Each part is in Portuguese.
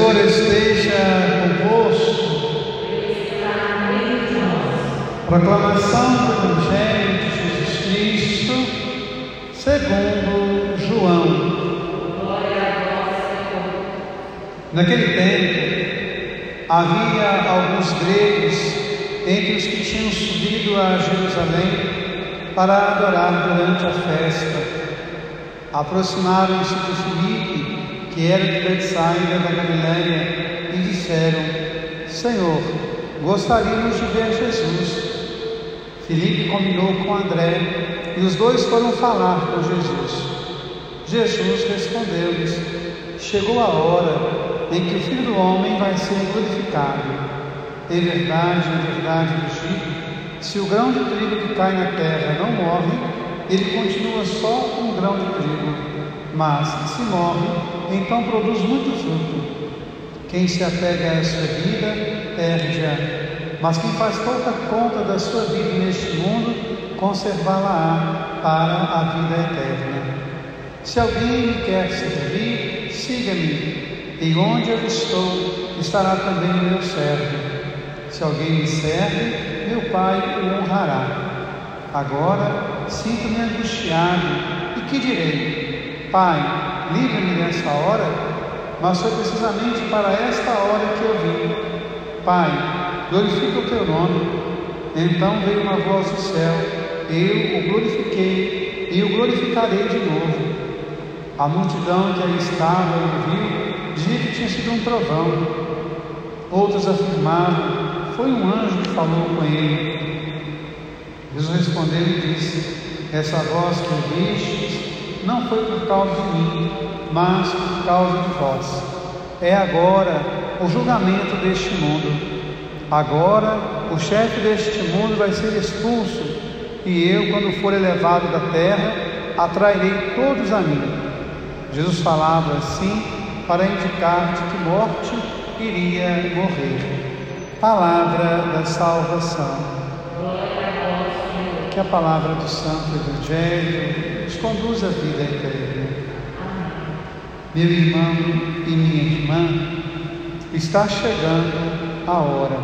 Senhor esteja convosco. Proclamação do Evangelho de Jesus Cristo, segundo João. Glória a vós, Senhor. Naquele tempo, havia alguns gregos entre os que tinham subido a Jerusalém para adorar durante a festa. Aproximaram-se de Filipe, que era de Betsaida da Galileia, e disseram: Senhor, gostaríamos de ver Jesus. Filipe combinou com André, e os dois foram falar com Jesus. Jesus respondeu-lhes: chegou a hora em que o Filho do Homem vai ser glorificado. Em verdade vos digo, se o grão de trigo que cai na terra não morre, ele continua só um grão de trigo, mas se morre, então produz muito fruto. Quem se apega à sua vida, perde-a, mas quem faz pouca conta da sua vida neste mundo, conservá-la-á para a vida eterna. Se alguém me quer servir, siga-me, e onde eu estou, estará também o meu servo. Se alguém me serve, meu Pai o honrará. Agora sinto-me angustiado, e que direi? Pai, livra-me dessa hora. Mas foi precisamente para esta hora que eu vim. Pai, glorifica o teu nome. Então veio uma voz do céu: eu o glorifiquei e o glorificarei de novo. A multidão que ali estava e ouviu dizia que tinha sido um trovão. Outros afirmavam: foi um anjo que falou com ele. Jesus respondeu e disse: essa voz que ouvistes não foi por causa de mim, mas por causa de vós. É agora o julgamento deste mundo. Agora o chefe deste mundo vai ser expulso, e eu, quando for elevado da terra, atrairei todos a mim. Jesus falava assim para indicar de que morte iria morrer. Palavra da salvação. Glória a vós, Senhor. Que a palavra do Santo Evangelho nos conduz à vida eterna. Amém. Meu irmão e minha irmã, está chegando a hora.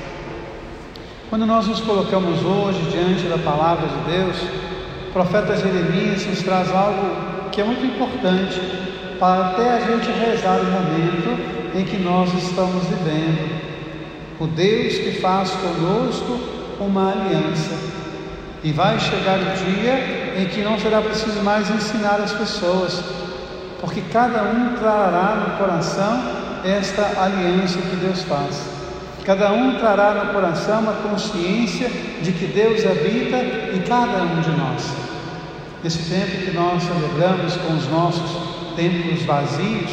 Quando nós nos colocamos hoje diante da palavra de Deus, o profeta Jeremias nos traz algo que é muito importante para até a gente rezar o momento em que nós estamos vivendo. O Deus que faz conosco uma aliança. E vai chegar o dia em que não será preciso mais ensinar as pessoas, porque cada um trará no coração esta aliança que Deus faz. Cada um trará no coração a consciência de que Deus habita em cada um de nós. Nesse tempo que nós celebramos com os nossos templos vazios,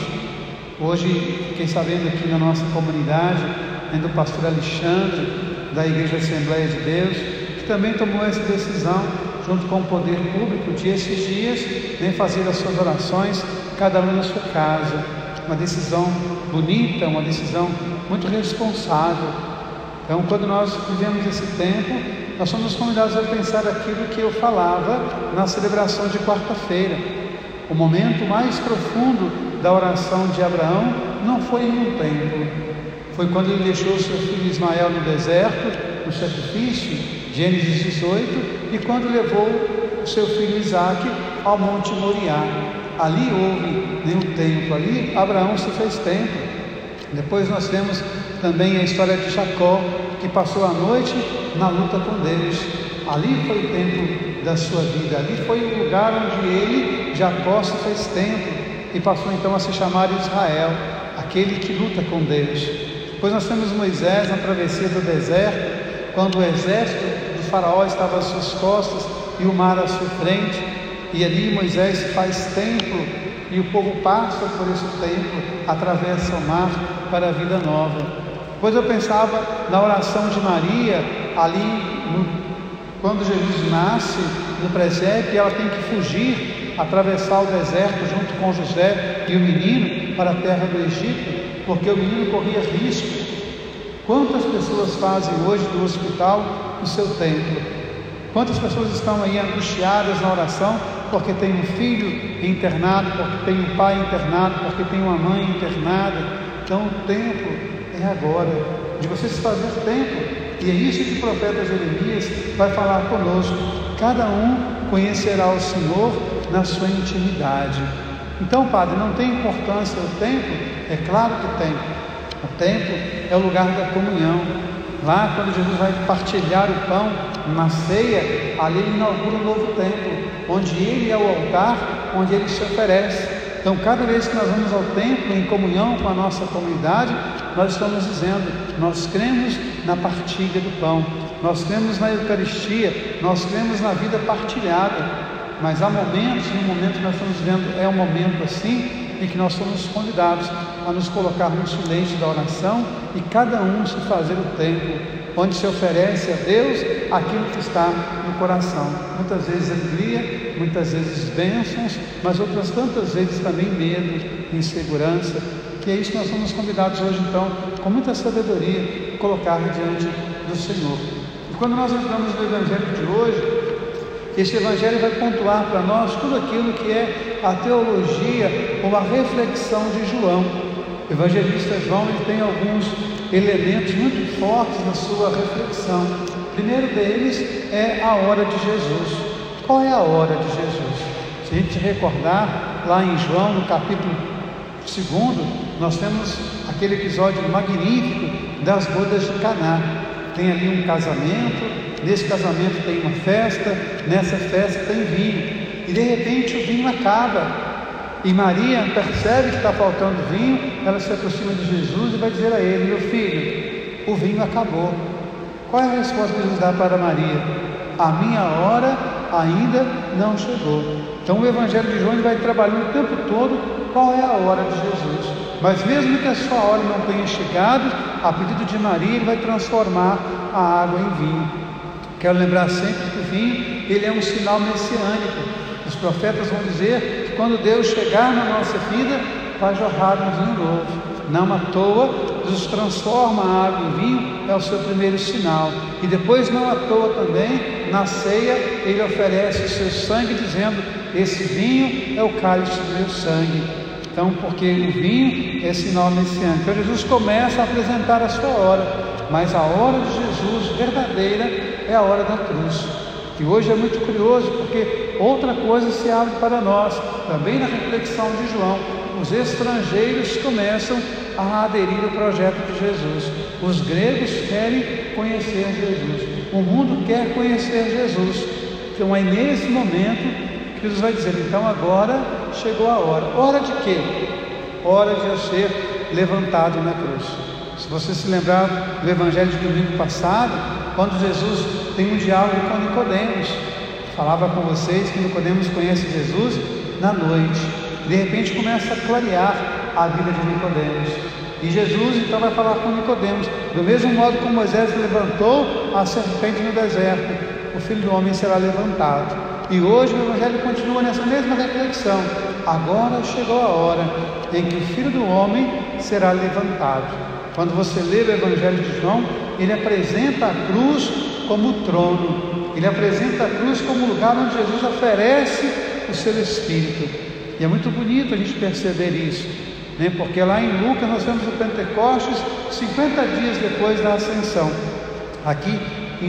hoje fiquei sabendo aqui na nossa comunidade, do pastor Alexandre, da Igreja Assembleia de Deus, que também tomou essa decisão, junto com o poder público, de esses dias, fazer as suas orações, cada um na sua casa. Uma decisão bonita, uma decisão muito responsável. Então, quando nós vivemos esse tempo, nós somos convidados a pensar aquilo que eu falava na celebração de quarta-feira. O momento mais profundo da oração de Abraão não foi em um templo, foi quando ele deixou seu filho Ismael no deserto, no sacrifício, Gênesis 18, e quando levou o seu filho Isaque ao Monte Moriá. Ali houve nenhum templo, ali Abraão se fez templo. Depois nós temos também a história de Jacó, que passou a noite na luta com Deus. Ali foi o templo da sua vida, ali foi o lugar onde ele, Jacó, se fez templo e passou então a se chamar Israel, aquele que luta com Deus. Depois nós temos Moisés na travessia do deserto, quando o exército de Faraó estava às suas costas e o mar à sua frente, e ali Moisés se faz templo e o povo passa por esse templo, atravessa o mar para a vida nova. Depois eu pensava na oração de Maria, quando Jesus nasce no presépio, ela tem que fugir, atravessar o deserto junto com José e o menino para a terra do Egito, porque o menino corria risco. Quantas pessoas fazem hoje do hospital o seu templo? Quantas pessoas estão aí angustiadas na oração porque tem um filho internado, porque tem um pai internado, porque tem uma mãe internada? Então o tempo é agora, de você se fazer tempo. E é isso que o profeta Jeremias vai falar conosco. Cada um conhecerá o Senhor na sua intimidade. Então, Padre, não tem importância o tempo? É claro que tem. O templo é o lugar da comunhão. Lá, quando Jesus vai partilhar o pão na ceia, ali ele inaugura um novo templo, onde ele é o altar, onde ele se oferece. Então, cada vez que nós vamos ao templo em comunhão com a nossa comunidade, nós estamos dizendo: nós cremos na partilha do pão, nós cremos na Eucaristia, nós cremos na vida partilhada. Mas há momentos, no momento que nós estamos vivendo, é um momento assim, em que nós somos convidados a nos colocar no silêncio da oração e cada um se fazer o templo, onde se oferece a Deus aquilo que está no coração. Muitas vezes alegria, muitas vezes bênçãos, mas outras tantas vezes também medo, insegurança, que é isso que nós somos convidados hoje, então, com muita sabedoria, a colocar diante do Senhor. E quando nós entramos no Evangelho de hoje, esse Evangelho vai pontuar para nós tudo aquilo que é a teologia ou a reflexão de João. O evangelista João, ele tem alguns elementos muito fortes na sua reflexão. O primeiro deles é a hora de Jesus. Qual é a hora de Jesus? Se a gente recordar, lá em João, no capítulo 2, nós temos aquele episódio magnífico das bodas de Caná. Tem ali um casamento. Nesse casamento tem uma festa, nessa festa tem vinho, e de repente o vinho acaba, e Maria percebe que está faltando vinho, ela se aproxima de Jesus e vai dizer a ele: meu filho, o vinho acabou. Qual é a resposta que Jesus dá para Maria? A minha hora ainda não chegou. Então o Evangelho de João ele vai trabalhando o tempo todo qual é a hora de Jesus, mas mesmo que a sua hora não tenha chegado, a pedido de Maria ele vai transformar a água em vinho. Quero lembrar sempre que o vinho, ele é um sinal messiânico. Os profetas vão dizer que quando Deus chegar na nossa vida, vai jorrar um vinho novo. Não à toa, Jesus transforma a água em vinho, é o seu primeiro sinal. E depois, não à toa também, na ceia, ele oferece o seu sangue, dizendo: esse vinho é o cálice do meu sangue. Então, porque o vinho é sinal messiânico. Então, Jesus começa a apresentar a sua hora, mas a hora de Jesus verdadeira é a hora da cruz. E hoje é muito curioso, porque outra coisa se abre para nós, também na reflexão de João. Os estrangeiros começam a aderir ao projeto de Jesus. Os gregos querem conhecer Jesus. O mundo quer conhecer Jesus. Então é nesse momento que Jesus vai dizer: então agora chegou a hora. Hora de quê? Hora de eu ser levantado na cruz. Se você se lembrar do Evangelho de domingo passado, quando Jesus tem um diálogo com Nicodemos, falava com vocês que Nicodemos conhece Jesus na noite. De repente começa a clarear a vida de Nicodemos. E Jesus então vai falar com Nicodemos: do mesmo modo como Moisés levantou a serpente no deserto, o Filho do Homem será levantado. E hoje o Evangelho continua nessa mesma reflexão. Agora chegou a hora em que o Filho do Homem será levantado. Quando você lê o Evangelho de João, ele apresenta a cruz como trono. Ele apresenta a cruz como lugar onde Jesus oferece o seu Espírito. E é muito bonito a gente perceber isso, né? Porque lá em Lucas nós temos o Pentecostes 50 dias depois da ascensão. Aqui,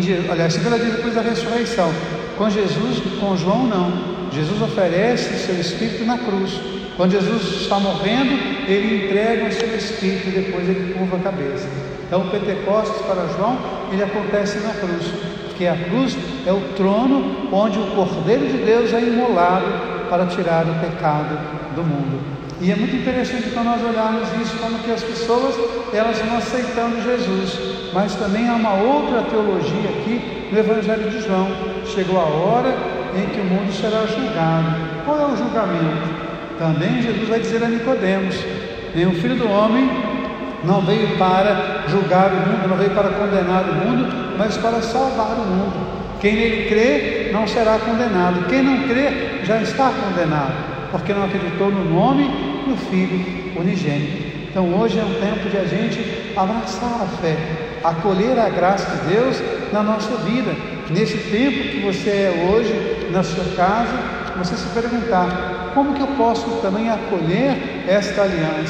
50 dias depois da ressurreição. Com Jesus, com João não. Jesus oferece o seu Espírito na cruz. Quando Jesus está morrendo, ele entrega o seu Espírito e depois ele curva a cabeça. Então o Pentecostes para João, ele acontece na cruz, porque a cruz é o trono onde o Cordeiro de Deus é imolado para tirar o pecado do mundo. E é muito interessante quando nós olharmos isso, como que as pessoas elas vão aceitando Jesus, mas também há uma outra teologia aqui no Evangelho de João. Chegou a hora em que o mundo será julgado. Qual é o julgamento? Também Jesus vai dizer a Nicodemos: o Filho do Homem não veio para julgar o mundo, não veio para condenar o mundo, mas para salvar o mundo. Quem nele crê não será condenado. Quem não crê já está condenado, porque não acreditou no nome do Filho unigênito. Então hoje é um tempo de a gente abraçar a fé, acolher a graça de Deus na nossa vida. Nesse tempo que você é hoje, na sua casa, você se perguntar: como que eu posso também acolher esta aliança?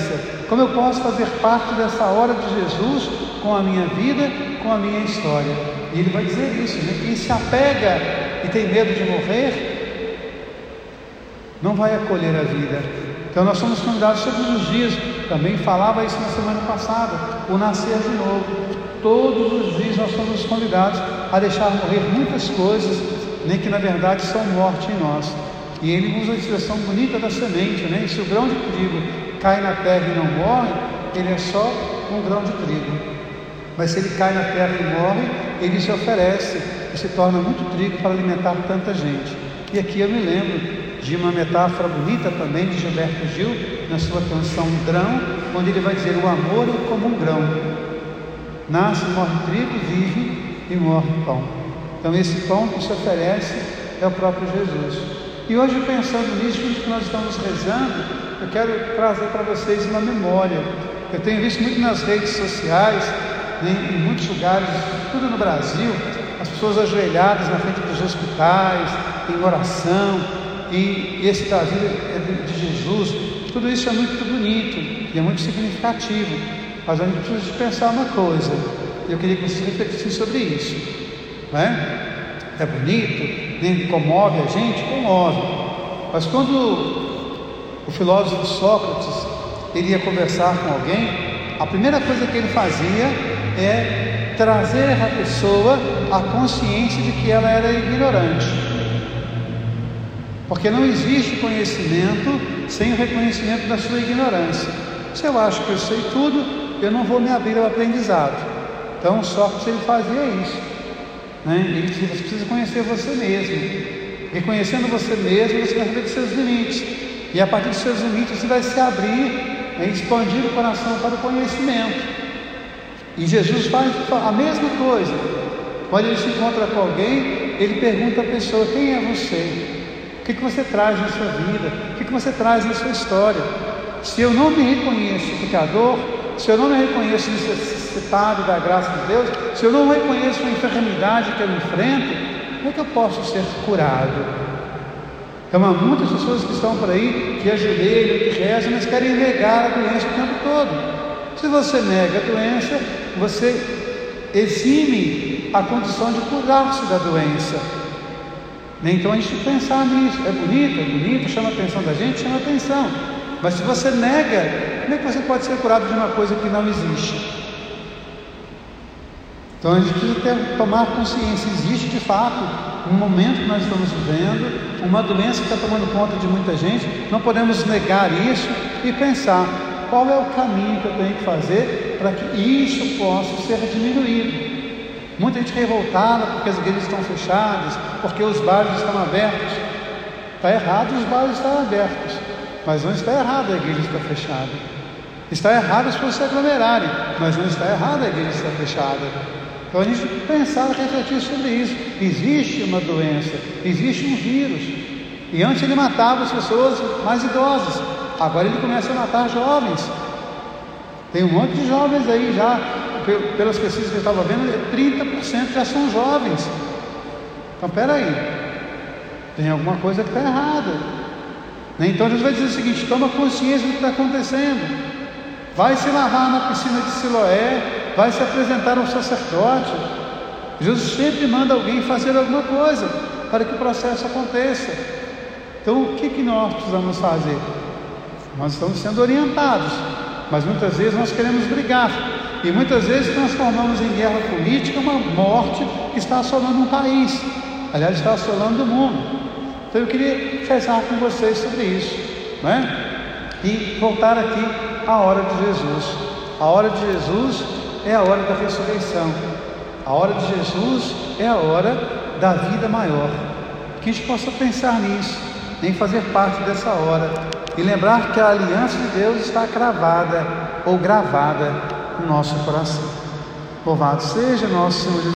Como eu posso fazer parte dessa hora de Jesus com a minha vida, com a minha história? E ele vai dizer isso, né? Quem se apega e tem medo de morrer, não vai acolher a vida. Então nós somos convidados todos os dias, também falava isso na semana passada, o nascer de novo. Todos os dias nós somos convidados a deixar morrer muitas coisas, nem que na verdade são morte em nós. E ele usa a expressão bonita da semente, né? E se o grão de trigo cai na terra e não morre, ele é só um grão de trigo. Mas se ele cai na terra e morre, ele se oferece e se torna muito trigo para alimentar tanta gente. E aqui eu me lembro de uma metáfora bonita também de Gilberto Gil, na sua canção Grão, onde ele vai dizer: o amor é como um grão, nasce, morre trigo, vive e morre pão. Então esse pão que se oferece é o próprio Jesus. E hoje, pensando nisso, que nós estamos rezando, eu quero trazer para vocês uma memória. Eu tenho visto muito nas redes sociais, né, em muitos lugares, tudo no Brasil, as pessoas ajoelhadas na frente dos hospitais, em oração, e esse da vida de Jesus. Tudo isso é muito bonito e é muito significativo, mas a gente precisa de pensar uma coisa. Eu queria que vocês refletissem sobre isso, não é? É bonito, né? Comove a gente, comove. Mas quando o filósofo Sócrates ele ia conversar com alguém, a primeira coisa que ele fazia é trazer a pessoa à consciência de que ela era ignorante. Porque não existe conhecimento sem o reconhecimento da sua ignorância. Se eu acho que eu sei tudo, eu não vou me abrir ao aprendizado. Então Sócrates ele fazia isso, né? Ele dizia: você precisa conhecer você mesmo. E conhecendo você mesmo, você vai ver os seus limites. E a partir dos seus limites você vai se abrir, né? Expandir o coração para o conhecimento. E Jesus faz a mesma coisa. Quando ele se encontra com alguém, ele pergunta à pessoa: quem é você? O que você traz na sua vida? O que você traz na sua história? Se eu não me reconheço pecador, se eu não me reconheço necessitado da graça de Deus, se eu não reconheço a enfermidade que eu enfrento, como é que eu posso ser curado? Então há muitas pessoas que estão por aí, que ajoelham, que rezam, mas querem negar a doença o tempo todo. Se você nega a doença, você exime a condição de curar-se da doença. Então a gente tem que pensar nisso. É bonito, chama a atenção da gente, chama a atenção. Mas se você nega, como é que você pode ser curado de uma coisa que não existe? Então a gente precisa tomar consciência. Existe de fato um momento que nós estamos vivendo, uma doença que está tomando conta de muita gente. Não podemos negar isso e pensar: qual é o caminho que eu tenho que fazer para que isso possa ser diminuído? Muita gente revoltada porque as igrejas estão fechadas, porque os bares estão abertos. Está errado os bares estarem abertos, mas não está errado a igreja estar fechada. Está errado as pessoas se aglomerarem, mas não está errado a igreja estar fechada. Então a gente tem que pensar, refletir sobre isso. Existe uma doença, existe um vírus. E antes ele matava as pessoas mais idosas, agora ele começa a matar jovens. Tem um monte de jovens aí já, pelas pesquisas que eu estava vendo, 30% já são jovens. Então peraí, tem alguma coisa que está errada, né? Então Jesus vai dizer o seguinte: toma consciência do que está acontecendo. Vai se lavar na piscina de Siloé, vai se apresentar ao sacerdote. Jesus sempre manda alguém fazer alguma coisa para que o processo aconteça. Então o que nós precisamos fazer? Nós estamos sendo orientados, mas muitas vezes nós queremos brigar, e muitas vezes transformamos em guerra política uma morte que está assolando um país, aliás, está assolando o mundo. Então eu queria rezar com vocês sobre isso, né? E voltar aqui à hora de Jesus. A hora de Jesus é a hora da ressurreição. A hora de Jesus é a hora da vida maior. Que a gente possa pensar nisso, em fazer parte dessa hora, e lembrar que a aliança de Deus está cravada ou gravada no nosso coração. Louvado seja nosso Senhor Jesus.